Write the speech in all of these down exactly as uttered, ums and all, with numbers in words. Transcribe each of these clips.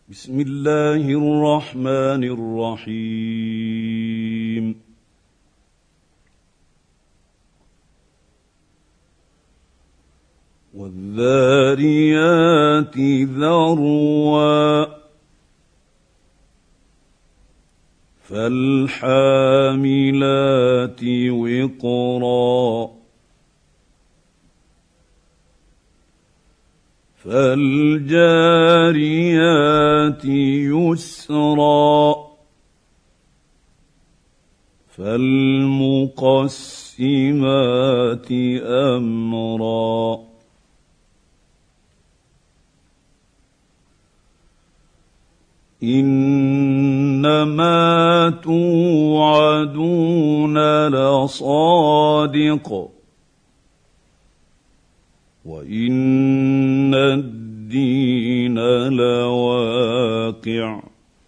بسم الله الرحمن الرحيم. والذاريات ذروا فالحاملات وقرا فالجاريات يسرا فالمقسمات أمرا إنما توعدون لصادق وإن الدين لواقع.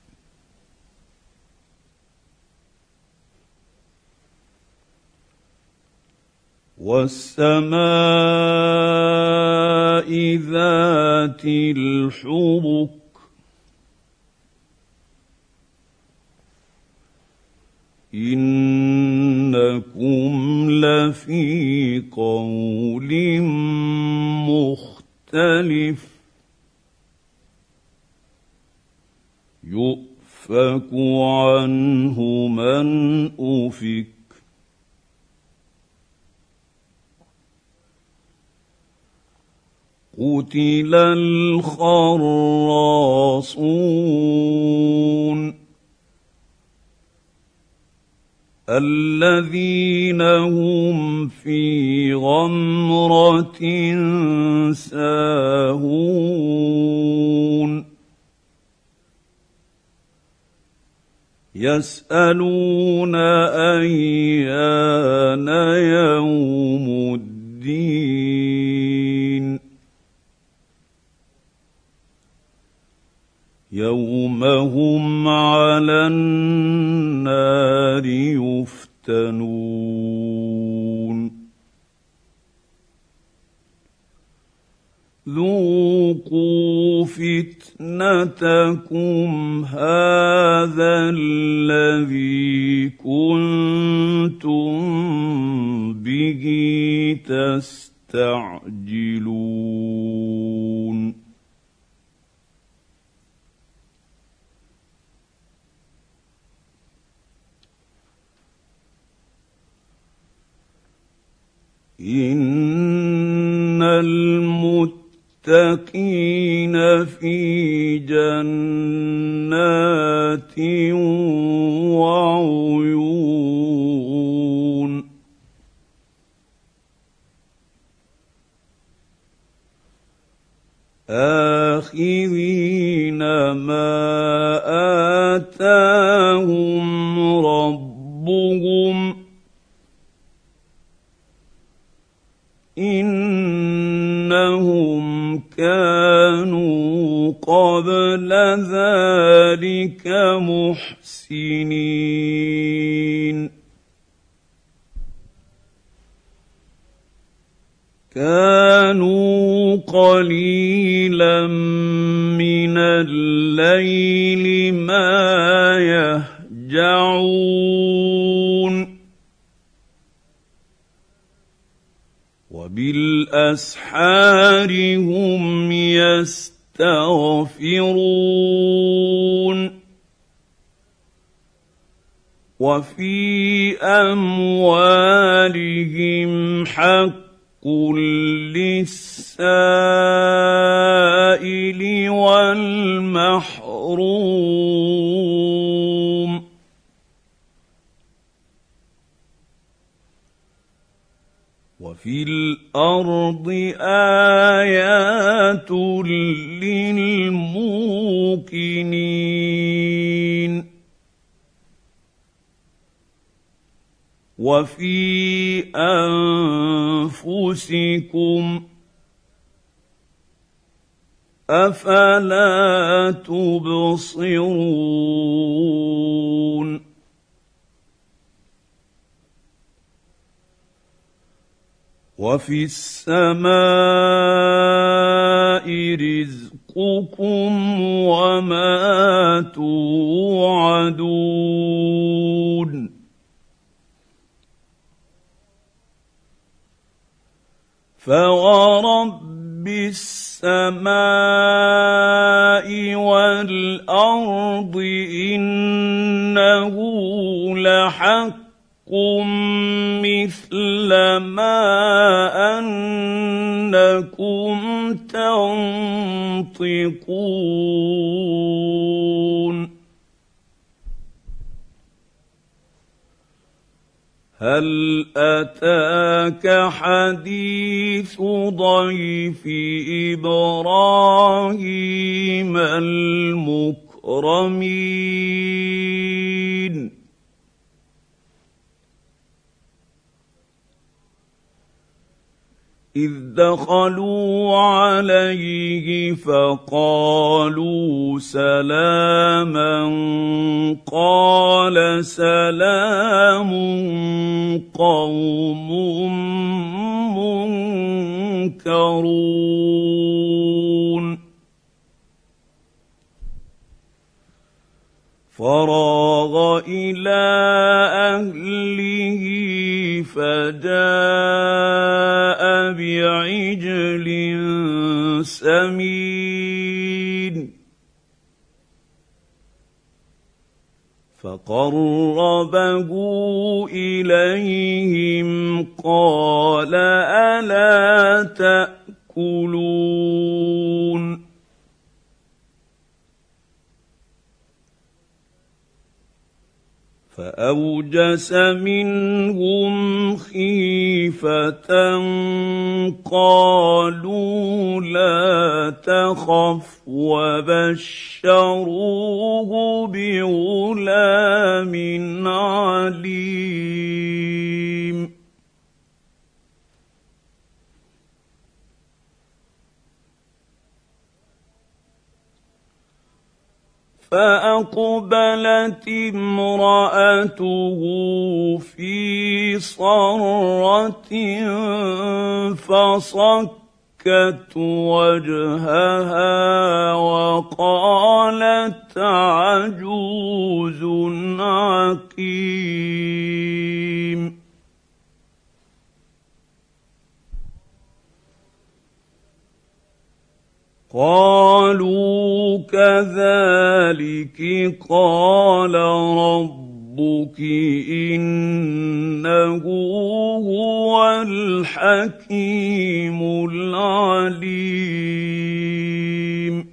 والسماء ذات الحبك إنكم لفي قول مختلف يؤفك عنه من أفك قتل الخراصون الذين هم في غمرة ساهون يسألون أيان يوم الدين يوم هم على النار يفتنون ذوقوا فتنتكم هذا الذي كنتم به تستعجلون إن المتقين في جنات وعيون آخذين ما آتاهم ربهم إنهم كانوا قبل ذلك محسنين كانوا قليلا من الليل ما يهجعون وبالأسحار هم يستغفرون وفي أموالهم حق للسائل والمحروم وفي الأرض آيات للموقنين وفي أنفسكم أفلا تبصرون وفي السماء رزقكم رزقكم وما توعدون فورب السماء والأرض إنه لحق مثل ما أنكم تنطقون هل أتاك حديث ضيف إبراهيم المكرمين إذ دخلوا عليه فقالوا سلاما قال سلام قوم منكرون فراغ إلى أهله فجاء بعجل سمين فقربه إليهم قال ألا تأكلون فأوجس منهم خيفة قالوا لا تخف وبشروه بغلام عليم فأقبلت امرأته في صرة فصكت وجهها وقالت عجوز عقيم قالوا كذلك قال ربك إنه هو الحكيم العليم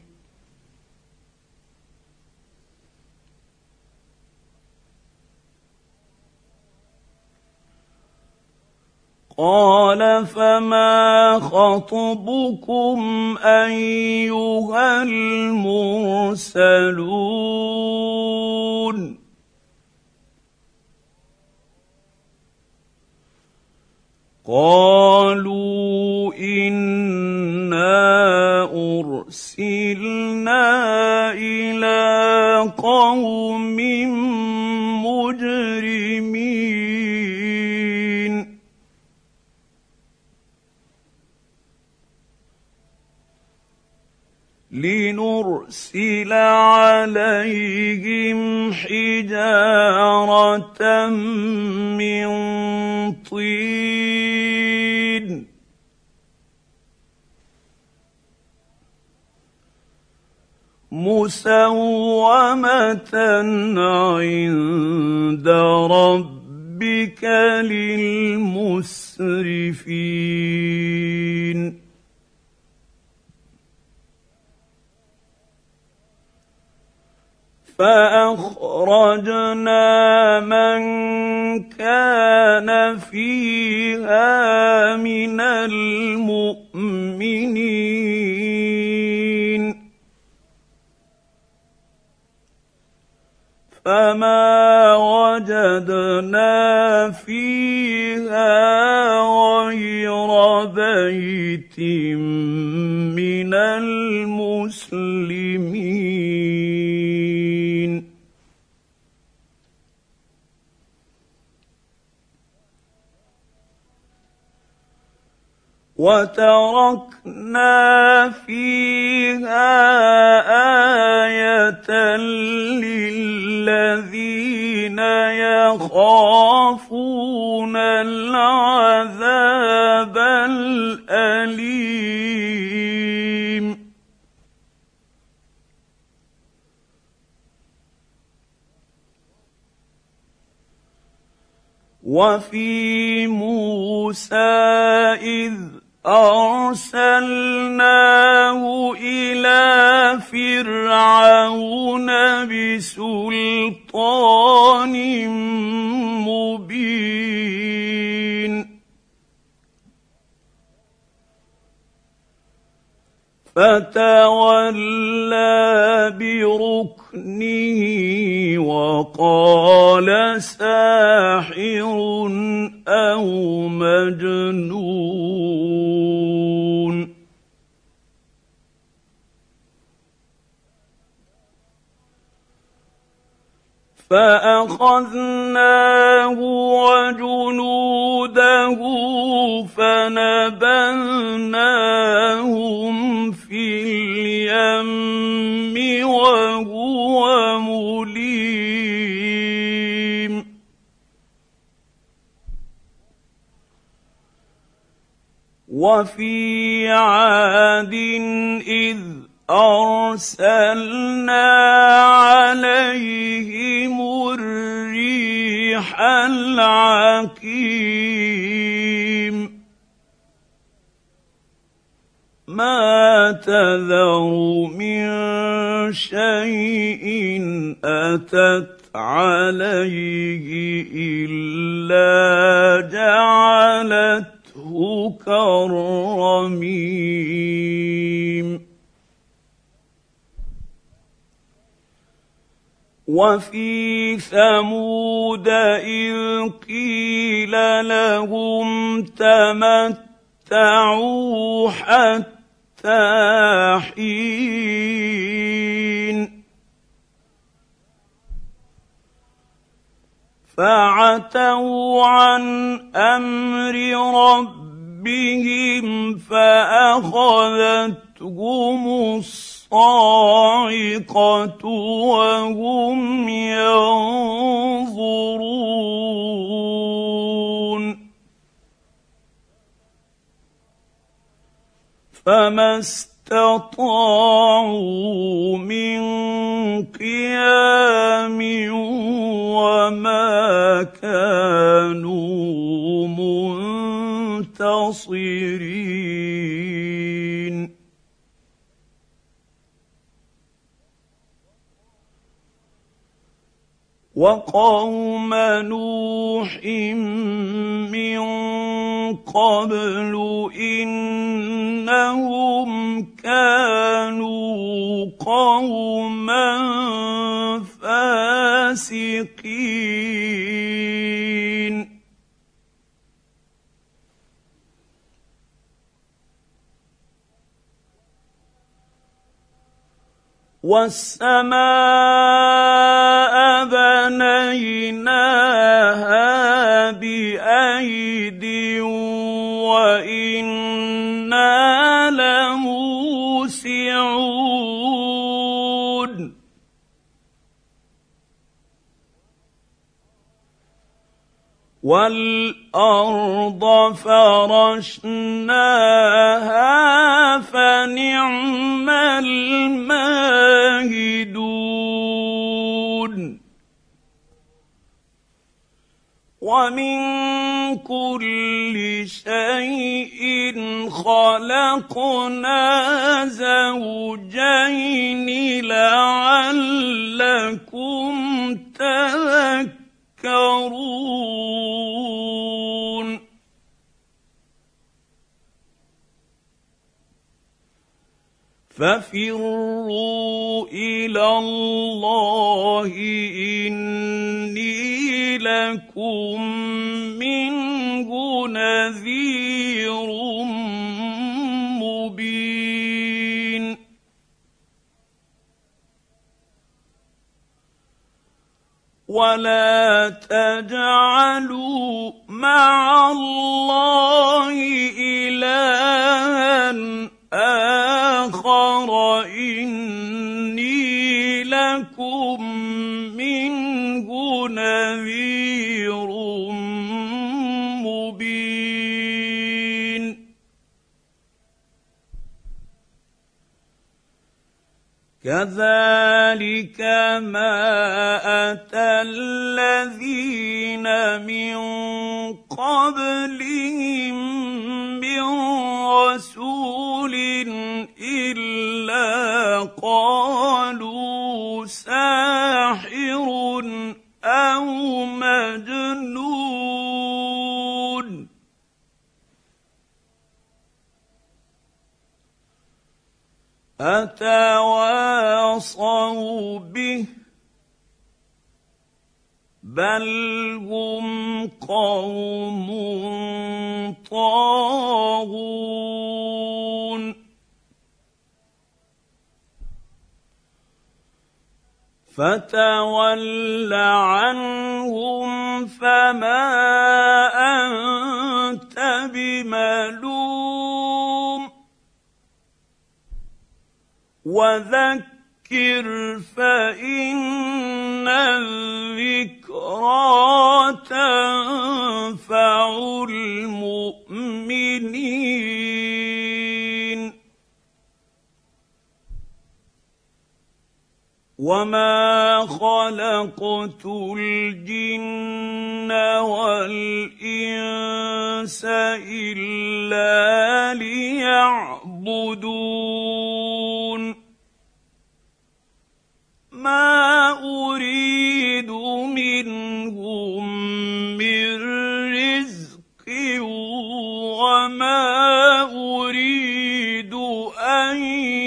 قال فما خطبكم أيها المرسلون قالوا إنا أرسلنا إلى قوم مجرمين لنرسل عليهم حجارة من طين مسومة عند ربك للمسرفين فأخرجنا من كان فيها من المؤمنين فما وجدنا فيها غير بيت من المسلمين وتركنا فيها آية للذين يخافون العذاب الأليم وفي موسى إذ أرسلناه إلى فرعون بسلطان مبين فتولى بركنه وقال ساحر أو مجنون فأخذناه وجنوده فنبذناهم في اليم وهو مليم وفي عاد إذ أرسلنا عليهم الريح العقيم ما تذر من شيء أتت عليه إلا جعلته كالرميم وفي ثمود إذ قيل لهم تمتعوا حتى حين فعتوا عن أمر ربهم فأخذتهم الصاعقة وهم ينظرون فما استطاعوا من قيام وما كانوا منتصرين وقوم نوح من قبل إنهم كانوا قوما فاسقين والسماء بنيناها بأيد وإنا لموسعون والأرض فرشناها فنعم الماهدون ومن كل شيء خلقنا زوجين لعلكم تذكرون ففروا إلى الله إني لكم منه نذير مبين ولا تجعلوا مع الله إلها آخر إني لكم منه نذير مبين كذلك ما أتى الذين من قبلهم من رسول إلا قالوا ساحر أو مجنون أتواصوا به بل هم قوم طاغون فتول عنهم فما أنت بملوم وذكر فإن الذكرى تنفع المؤمنين وما خلقت الجن والإنس إلا ليعبدون ما أريد منهم من رزق وما أريد أن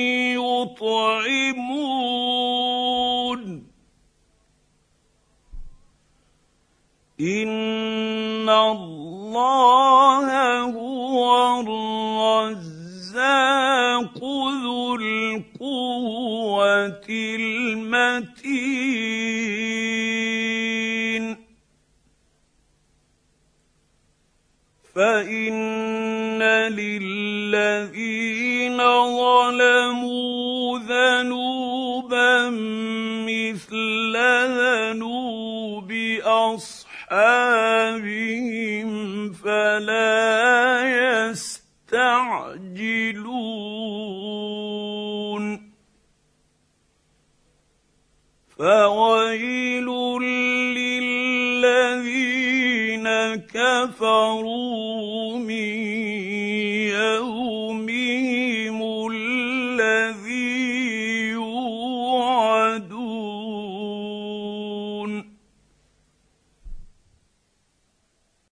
يطعمون إن الله هو الرزاق ذو القوة المتين فإن للذين ظلموا ذنوبا مثل ذنوب أصحابهم فلا يستعجلون فويل للذين كفروا من